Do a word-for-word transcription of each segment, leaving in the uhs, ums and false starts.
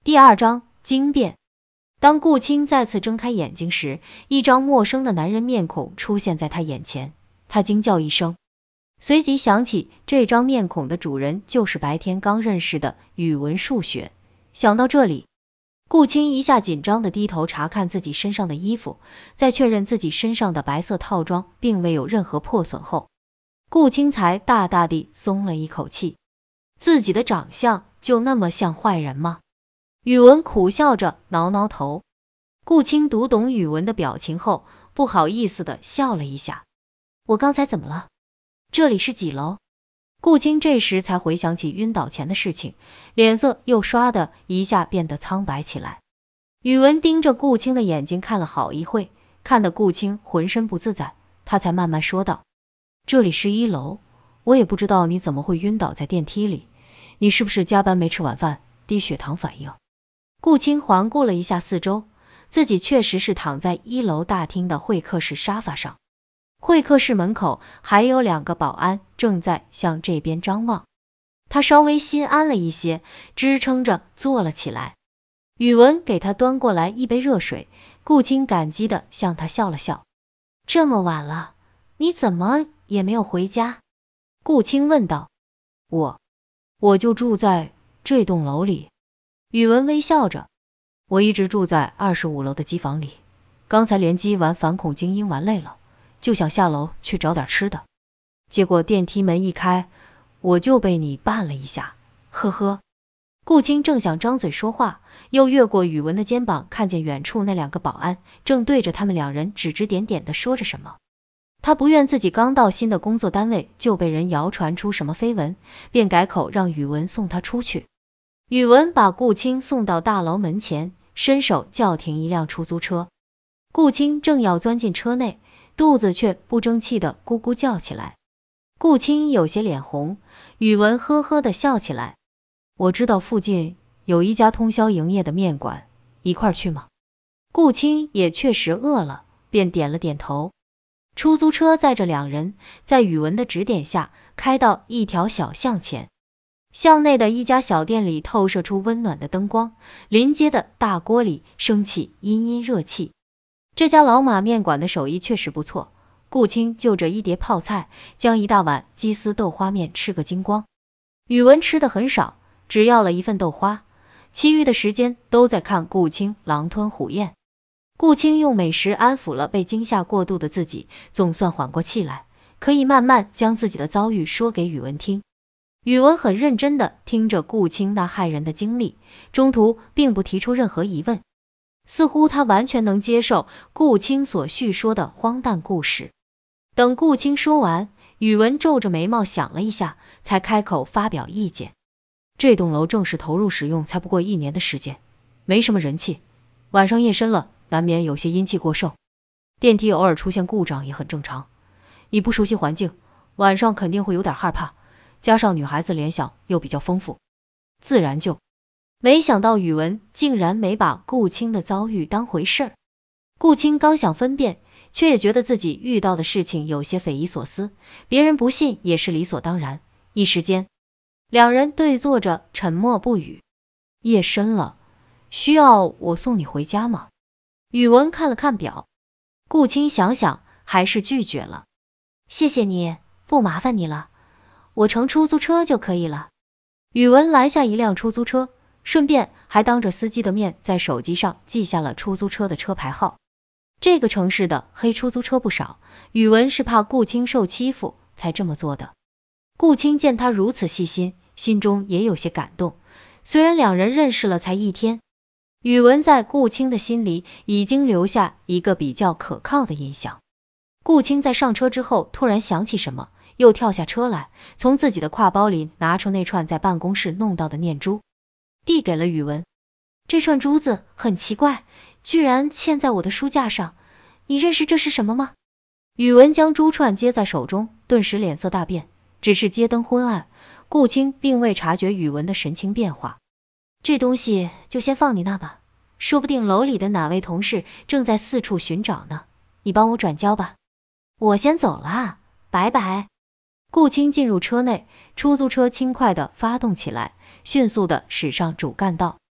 第二章惊变。当顾青再次睁开眼睛时，一张陌生的男人面孔出现在他眼前，他惊叫一声，随即想起这张面孔的主人就是白天刚认识的宇文述雪。想到这里，顾青一下紧张的低头查看自己身上的衣服，在确认自己身上的白色套装并未有任何破损后，顾青才大大地松了一口气。自己的长相就那么像坏人吗？宇文苦笑着挠挠头，顾青读懂宇文的表情后，不好意思的笑了一下。我刚才怎么了？这里是几楼？顾青这时才回想起晕倒前的事情，脸色又唰的一下变得苍白起来。宇文盯着顾青的眼睛看了好一会，看得顾青浑身不自在，他才慢慢说道，这里是一楼，我也不知道你怎么会晕倒在电梯里，你是不是加班没吃晚饭，低血糖反应？顾青环顾了一下四周，自己确实是躺在一楼大厅的会客室沙发上，会客室门口还有两个保安正在向这边张望，他稍微心安了一些，支撑着坐了起来。宇文给他端过来一杯热水，顾青感激的向他笑了笑。这么晚了，你怎么也没有回家？顾青问道。我，我就住在这栋楼里。宇文微笑着，我一直住在二十五楼的机房里，刚才联机完反恐精英玩累了，就想下楼去找点吃的，结果电梯门一开，我就被你绊了一下，呵呵。顾青正想张嘴说话，又越过宇文的肩膀，看见远处那两个保安正对着他们两人指指点点的说着什么。他不愿自己刚到新的工作单位就被人谣传出什么绯闻，便改口让宇文送他出去。宇文把顾青送到大楼门前，伸手叫停一辆出租车。顾青正要钻进车内，肚子却不争气的咕咕叫起来。顾青有些脸红，宇文呵呵的笑起来。我知道附近有一家通宵营业的面馆，一块去吗？顾青也确实饿了，便点了点头。出租车载着两人，在宇文的指点下开到一条小巷前。巷内的一家小店里透射出温暖的灯光，临街的大锅里升起阴阴热气。这家老马面馆的手艺确实不错，顾青就着一碟泡菜，将一大碗鸡丝豆花面吃个精光。宇文吃的很少，只要了一份豆花，其余的时间都在看顾青狼吞虎咽。顾青用美食安抚了被惊吓过度的自己，总算缓过气来，可以慢慢将自己的遭遇说给宇文听。宇文很认真的听着顾青那骇人的经历，中途并不提出任何疑问，似乎他完全能接受顾青所叙说的荒诞故事。等顾青说完，宇文皱着眉毛想了一下，才开口发表意见。这栋楼正式投入使用才不过一年的时间，没什么人气，晚上夜深了，难免有些阴气过剩，电梯偶尔出现故障也很正常。你不熟悉环境，晚上肯定会有点害怕，加上女孩子联想又比较丰富，自然就……没想到宇文竟然没把顾青的遭遇当回事儿。顾青刚想分辨，却也觉得自己遇到的事情有些匪夷所思，别人不信也是理所当然。一时间，两人对坐着沉默不语。夜深了，需要我送你回家吗？宇文看了看表，顾青想想还是拒绝了。谢谢你，不麻烦你了，我乘出租车就可以了。宇文拦下一辆出租车，顺便还当着司机的面在手机上记下了出租车的车牌号。这个城市的黑出租车不少，宇文是怕顾青受欺负才这么做的。顾青见他如此细心，心中也有些感动。虽然两人认识了才一天，宇文在顾青的心里已经留下一个比较可靠的印象。顾青在上车之后突然想起什么，又跳下车来，从自己的挎包里拿出那串在办公室弄到的念珠，递给了宇文。这串珠子很奇怪，居然嵌在我的书架上，你认识这是什么吗？宇文将珠串接在手中，顿时脸色大变，只是街灯昏暗，顾青并未察觉宇文的神情变化。这东西就先放你那吧，说不定楼里的哪位同事正在四处寻找呢，你帮我转交吧。我先走了，拜拜。顾青进入车内，出租车轻快地发动起来，迅速地驶上主干道。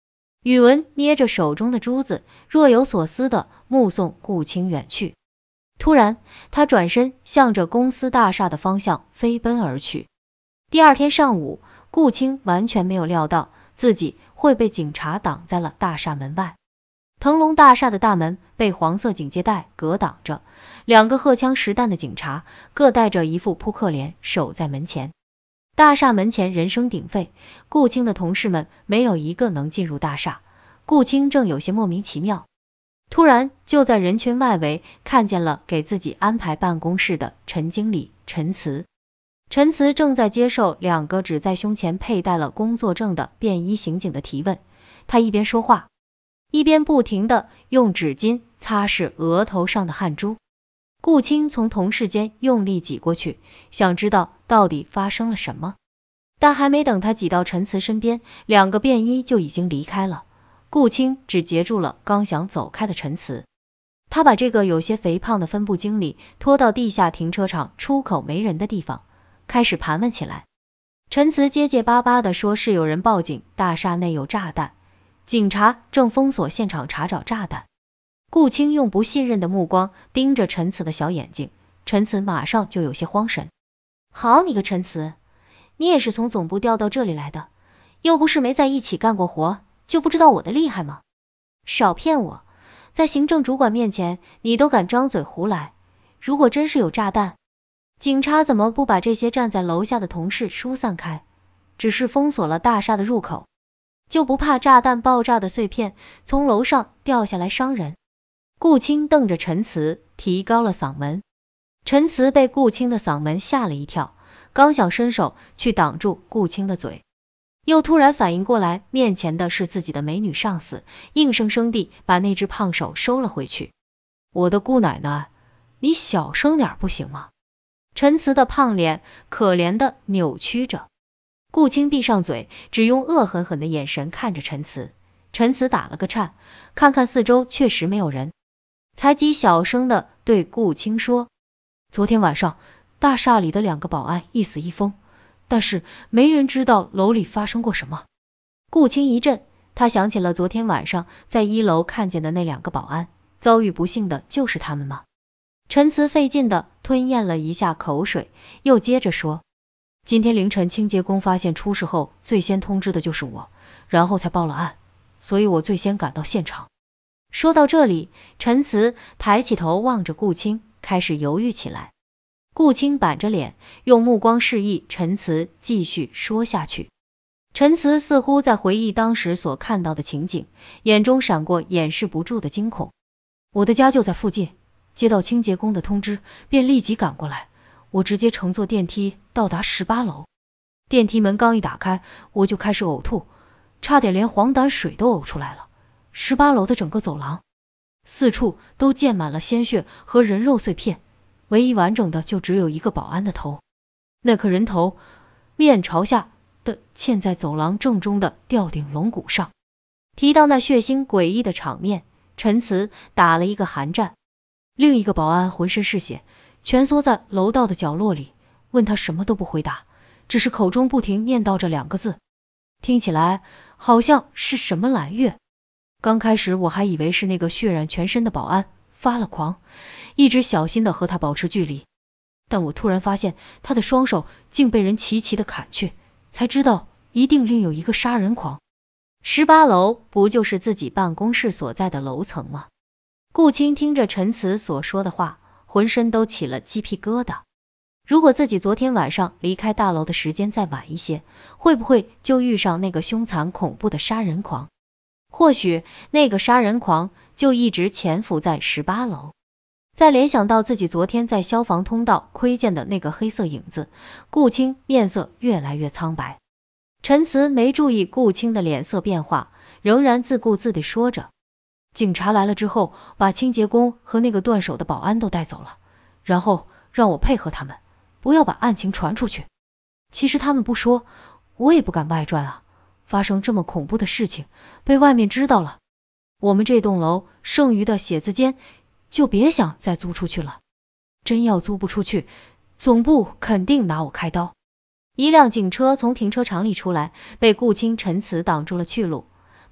宇文捏着手中的珠子，若有所思的目送顾青远去。突然，他转身向着公司大厦的方向飞奔而去。第二天上午，顾青完全没有料到自己会被警察挡在了大厦门外。腾龙大厦的大门被黄色警戒带隔挡着，两个荷枪实弹的警察各带着一副扑克脸守在门前。大厦门前人声鼎沸，顾青的同事们没有一个能进入大厦。顾青正有些莫名其妙，突然就在人群外围看见了给自己安排办公室的陈经理陈慈。陈慈正在接受两个只在胸前佩戴了工作证的便衣刑警的提问，他一边说话，一边不停地用纸巾擦拭额头上的汗珠。顾青从同事间用力挤过去，想知道到底发生了什么，但还没等他挤到陈慈身边，两个便衣就已经离开了。顾青只截住了刚想走开的陈慈，他把这个有些肥胖的分部经理拖到地下停车场出口没人的地方，开始盘问起来。陈慈结结巴巴的说是有人报警，大厦内有炸弹，警察正封锁现场查找炸弹。顾青用不信任的目光盯着陈慈的小眼睛，陈慈马上就有些慌神。好你个陈慈，你也是从总部调到这里来的，又不是没在一起干过活，就不知道我的厉害吗？少骗我，在行政主管面前你都敢张嘴胡来，如果真是有炸弹，警察怎么不把这些站在楼下的同事疏散开，只是封锁了大厦的入口，就不怕炸弹爆炸的碎片从楼上掉下来伤人？顾青瞪着陈慈，提高了嗓门。陈慈被顾青的嗓门吓了一跳，刚想伸手去挡住顾青的嘴，又突然反应过来面前的是自己的美女上司，硬生生地把那只胖手收了回去。我的姑奶奶，你小声点不行吗？陈慈的胖脸可怜的扭曲着。顾青闭上嘴，只用恶狠狠的眼神看着陈慈。陈慈打了个颤，看看四周确实没有人，才极小声的对顾青说，昨天晚上大厦里的两个保安一死一疯，但是没人知道楼里发生过什么。顾青一震，他想起了昨天晚上在一楼看见的那两个保安，遭遇不幸的就是他们吗？陈慈费劲的吞咽了一下口水，又接着说，今天凌晨清洁工发现出事后，最先通知的就是我，然后才报了案，所以我最先赶到现场。说到这里，陈慈抬起头望着顾青，开始犹豫起来。顾青板着脸，用目光示意陈慈继续说下去。陈慈似乎在回忆当时所看到的情景，眼中闪过掩饰不住的惊恐。我的家就在附近，接到清洁工的通知，便立即赶过来。我直接乘坐电梯到达十八楼，电梯门刚一打开，我就开始呕吐，差点连黄胆水都呕出来了。十八楼的整个走廊，四处都溅满了鲜血和人肉碎片，唯一完整的就只有一个保安的头，那颗人头面朝下的嵌在走廊正中的吊顶龙骨上。提到那血腥诡异的场面，陈慈打了一个寒战。另一个保安浑身是血，蜷缩在楼道的角落里，问他什么都不回答，只是口中不停念叨着两个字，听起来好像是什么揽月。刚开始我还以为是那个血染全身的保安发了狂，一直小心的和他保持距离，但我突然发现他的双手竟被人齐齐的砍去，才知道一定另有一个杀人狂。十八楼不就是自己办公室所在的楼层吗？顾青听着陈慈所说的话，浑身都起了鸡皮疙瘩。如果自己昨天晚上离开大楼的时间再晚一些，会不会就遇上那个凶残恐怖的杀人狂？或许那个杀人狂就一直潜伏在十八楼。再联想到自己昨天在消防通道窥见的那个黑色影子，顾青面色越来越苍白。陈慈没注意顾青的脸色变化，仍然自顾自地说着，警察来了之后，把清洁工和那个断手的保安都带走了，然后让我配合他们，不要把案情传出去。其实他们不说，我也不敢外传啊，发生这么恐怖的事情，被外面知道了，我们这栋楼剩余的写字间就别想再租出去了。真要租不出去，总部肯定拿我开刀。一辆警车从停车场里出来，被顾青陈慈挡住了去路。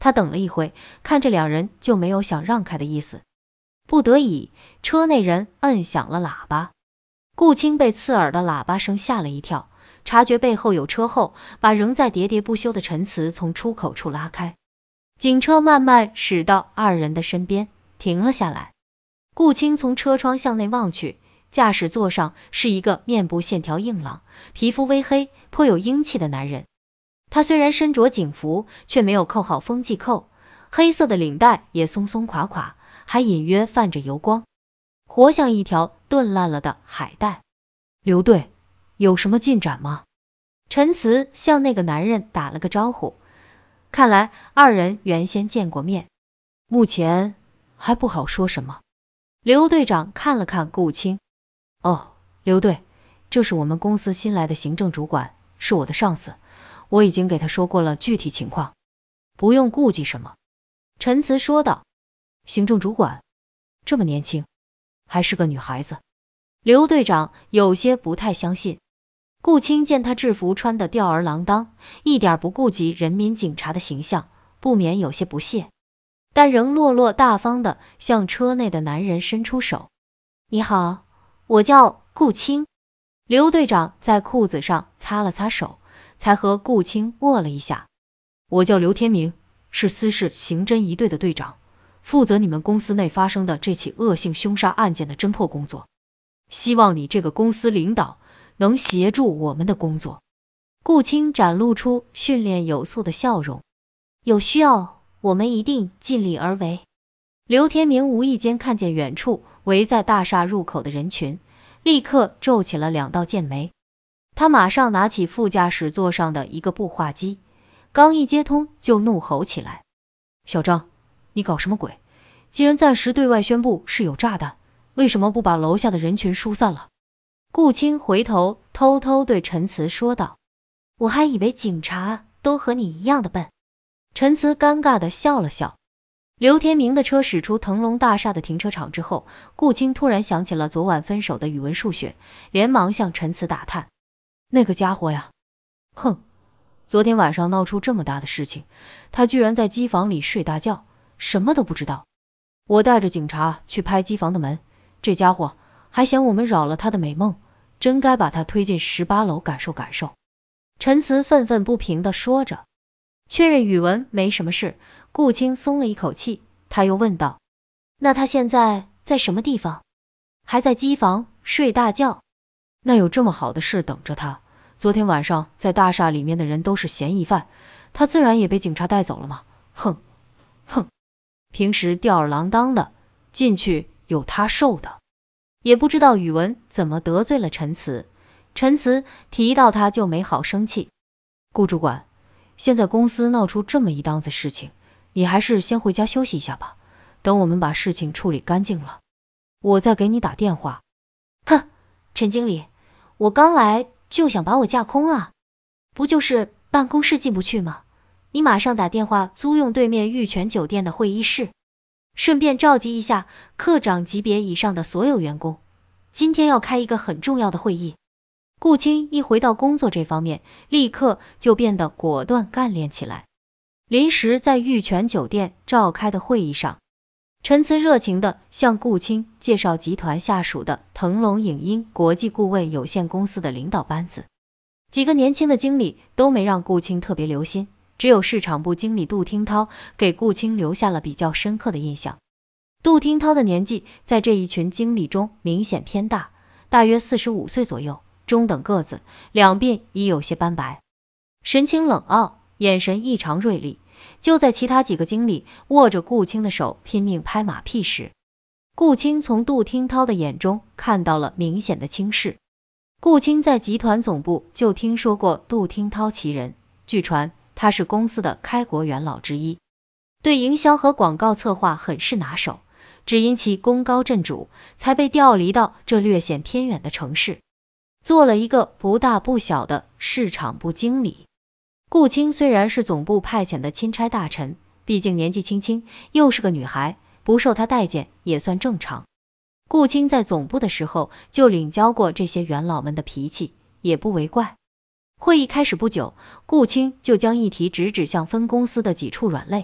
他等了一会，看这两人就没有想让开的意思，不得已，车内人摁响了喇叭。顾青被刺耳的喇叭声吓了一跳，察觉背后有车后，把仍在喋喋不休的陈词从出口处拉开。警车慢慢驶到二人的身边，停了下来。顾青从车窗向内望去，驾驶座上是一个面部线条硬朗、皮肤微黑、颇有英气的男人。他虽然身着警服，却没有扣好风纪扣，黑色的领带也松松垮垮，还隐约泛着油光，活像一条炖烂了的海带。刘队，有什么进展吗？陈词向那个男人打了个招呼，看来二人原先见过面。目前还不好说什么。刘队长看了看顾青，哦，刘队，这是我们公司新来的行政主管，是我的上司，我已经给他说过了具体情况，不用顾忌什么。陈词说道。行政主管这么年轻，还是个女孩子。刘队长有些不太相信。顾青见他制服穿得吊儿郎当，一点不顾及人民警察的形象，不免有些不屑，但仍落落大方的向车内的男人伸出手。你好，我叫顾青。刘队长在裤子上擦了擦手，才和顾青握了一下。我叫刘天明，是司市刑侦一队的队长，负责你们公司内发生的这起恶性凶杀案件的侦破工作，希望你这个公司领导能协助我们的工作。顾青展露出训练有素的笑容。有需要，我们一定尽力而为。刘天明无意间看见远处围在大厦入口的人群，立刻皱起了两道剑眉。他马上拿起副驾驶座上的一个步话机，刚一接通就怒吼起来。小张，你搞什么鬼？既然暂时对外宣布是有炸弹，为什么不把楼下的人群疏散了？顾青回头偷偷对陈词说道。我还以为警察都和你一样的笨。陈词尴尬的笑了笑。刘天明的车驶出腾龙大厦的停车场之后，顾青突然想起了昨晚分手的语文数学，连忙向陈词打探。那个家伙呀，哼，昨天晚上闹出这么大的事情，他居然在机房里睡大觉，什么都不知道。我带着警察去拍机房的门，这家伙还嫌我们扰了他的美梦，真该把他推进十八楼感受感受。陈词愤愤不平的说着。确认语文没什么事，顾青松了一口气，他又问道，那他现在在什么地方？还在机房睡大觉？那有这么好的事等着他？昨天晚上在大厦里面的人都是嫌疑犯，他自然也被警察带走了嘛。哼哼，平时吊儿郎当的，进去有他受的。也不知道语文怎么得罪了陈词，陈词提到他就没好生气。顾主管，现在公司闹出这么一档子事情，你还是先回家休息一下吧，等我们把事情处理干净了，我再给你打电话。哼，陈经理，我刚来就想把我架空啊，不就是办公室进不去吗？你马上打电话租用对面玉泉酒店的会议室，顺便召集一下科长级别以上的所有员工，今天要开一个很重要的会议。顾青一回到工作这方面，立刻就变得果断干练起来。临时在玉泉酒店召开的会议上，陈词热情地向顾青介绍集团下属的腾龙影音国际顾问有限公司的领导班子。几个年轻的经理都没让顾青特别留心，只有市场部经理杜听涛给顾青留下了比较深刻的印象。杜听涛的年纪在这一群经理中明显偏大，大约四十五岁左右，中等个子，两鬓已有些斑白，神情冷傲，眼神异常锐利。就在其他几个经理握着顾青的手拼命拍马屁时，顾青从杜听涛的眼中看到了明显的轻视。顾青在集团总部就听说过杜听涛其人，据传他是公司的开国元老之一，对营销和广告策划很是拿手，只因其功高震主，才被调离到这略显偏远的城市，做了一个不大不小的市场部经理。顾青虽然是总部派遣的钦差大臣，毕竟年纪轻轻，又是个女孩，不受他待见也算正常。顾青在总部的时候就领教过这些元老们的脾气，也不为怪。会议开始不久，顾青就将议题直指向分公司的几处软肋，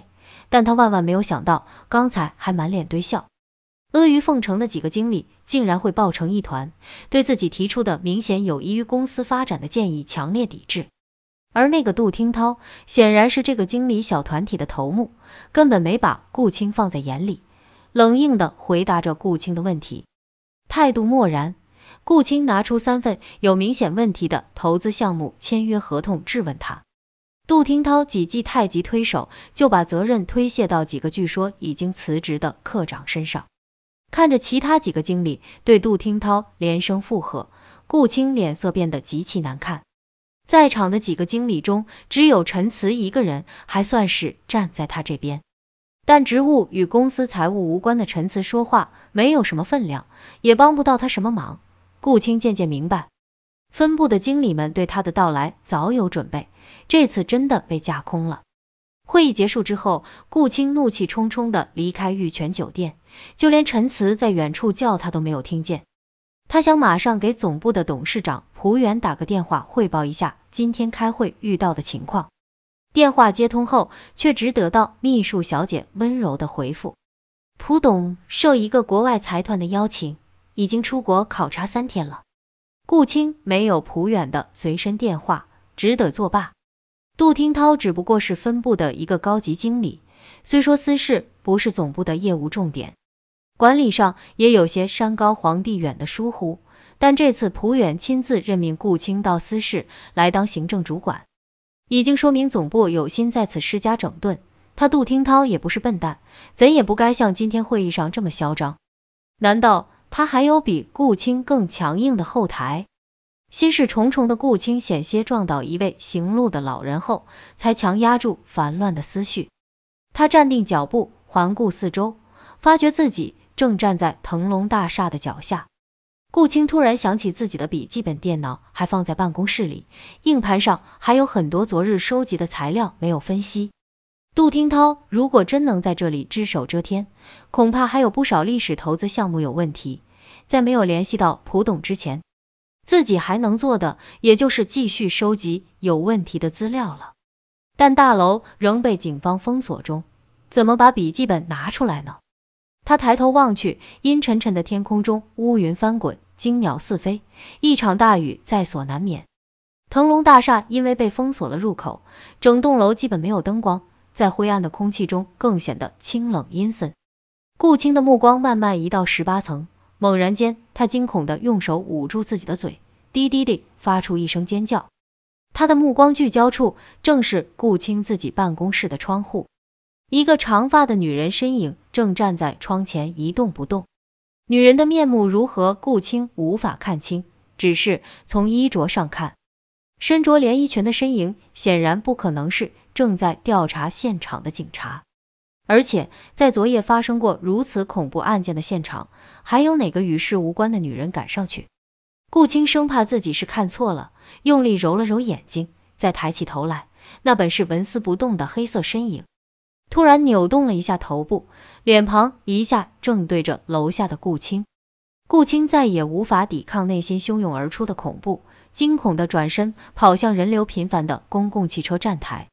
但他万万没有想到，刚才还满脸堆笑，阿谀奉承的几个经理竟然会抱成一团，对自己提出的明显有益于公司发展的建议强烈抵制。而那个杜听涛显然是这个经理小团体的头目，根本没把顾青放在眼里，冷硬地回答着顾青的问题，态度漠然。顾青拿出三份有明显问题的投资项目签约合同质问他，杜听涛几记太极推手就把责任推卸到几个据说已经辞职的科长身上。看着其他几个经理对杜听涛连声附和，顾青脸色变得极其难看。在场的几个经理中，只有陈慈一个人还算是站在他这边，但职务与公司财务无关的陈慈说话没有什么分量，也帮不到他什么忙。顾青渐渐明白，分部的经理们对他的到来早有准备，这次真的被架空了。会议结束之后，顾青怒气冲冲地离开玉泉酒店，就连陈慈在远处叫他都没有听见。他想马上给总部的董事长蒲原打个电话汇报一下今天开会遇到的情况。电话接通后，却只得到秘书小姐温柔的回复：蒲董受一个国外财团的邀请，已经出国考察三天了。顾青没有蒲远的随身电话，只得作罢。杜听涛只不过是分部的一个高级经理，虽说私事不是总部的业务重点，管理上也有些山高皇帝远的疏忽，但这次蒲远亲自任命顾青到私事来当行政主管，已经说明总部有心在此施加整顿。他杜听涛也不是笨蛋，怎也不该像今天会议上这么嚣张。难道他还有比顾青更强硬的后台？心事重重的顾青险些撞倒一位行路的老人后，才强压住烦乱的思绪。他站定脚步，环顾四周，发觉自己正站在腾龙大厦的脚下。顾青突然想起自己的笔记本电脑还放在办公室里，硬盘上还有很多昨日收集的材料没有分析。杜听涛如果真能在这里只手遮天，恐怕还有不少历史投资项目有问题。在没有联系到蒲董之前，自己还能做的也就是继续收集有问题的资料了。但大楼仍被警方封锁中，怎么把笔记本拿出来呢？他抬头望去，阴沉沉的天空中乌云翻滚，惊鸟四飞，一场大雨在所难免。腾龙大厦因为被封锁了入口，整栋楼基本没有灯光，在灰暗的空气中更显得清冷阴森。顾青的目光慢慢移到十八层，猛然间他惊恐地用手捂住自己的嘴，低低地发出一声尖叫。他的目光聚焦处正是顾青自己办公室的窗户，一个长发的女人身影正站在窗前一动不动。女人的面目如何，顾青无法看清，只是从衣着上看，身着连衣裙的身影显然不可能是正在调查现场的警察。而且在昨夜发生过如此恐怖案件的现场，还有哪个与事无关的女人敢上去？顾青生怕自己是看错了，用力揉了揉眼睛，再抬起头来，那本是纹丝不动的黑色身影突然扭动了一下头部，脸庞一下正对着楼下的顾青。顾青再也无法抵抗内心汹涌而出的恐怖，惊恐的转身跑向人流频繁的公共汽车站台。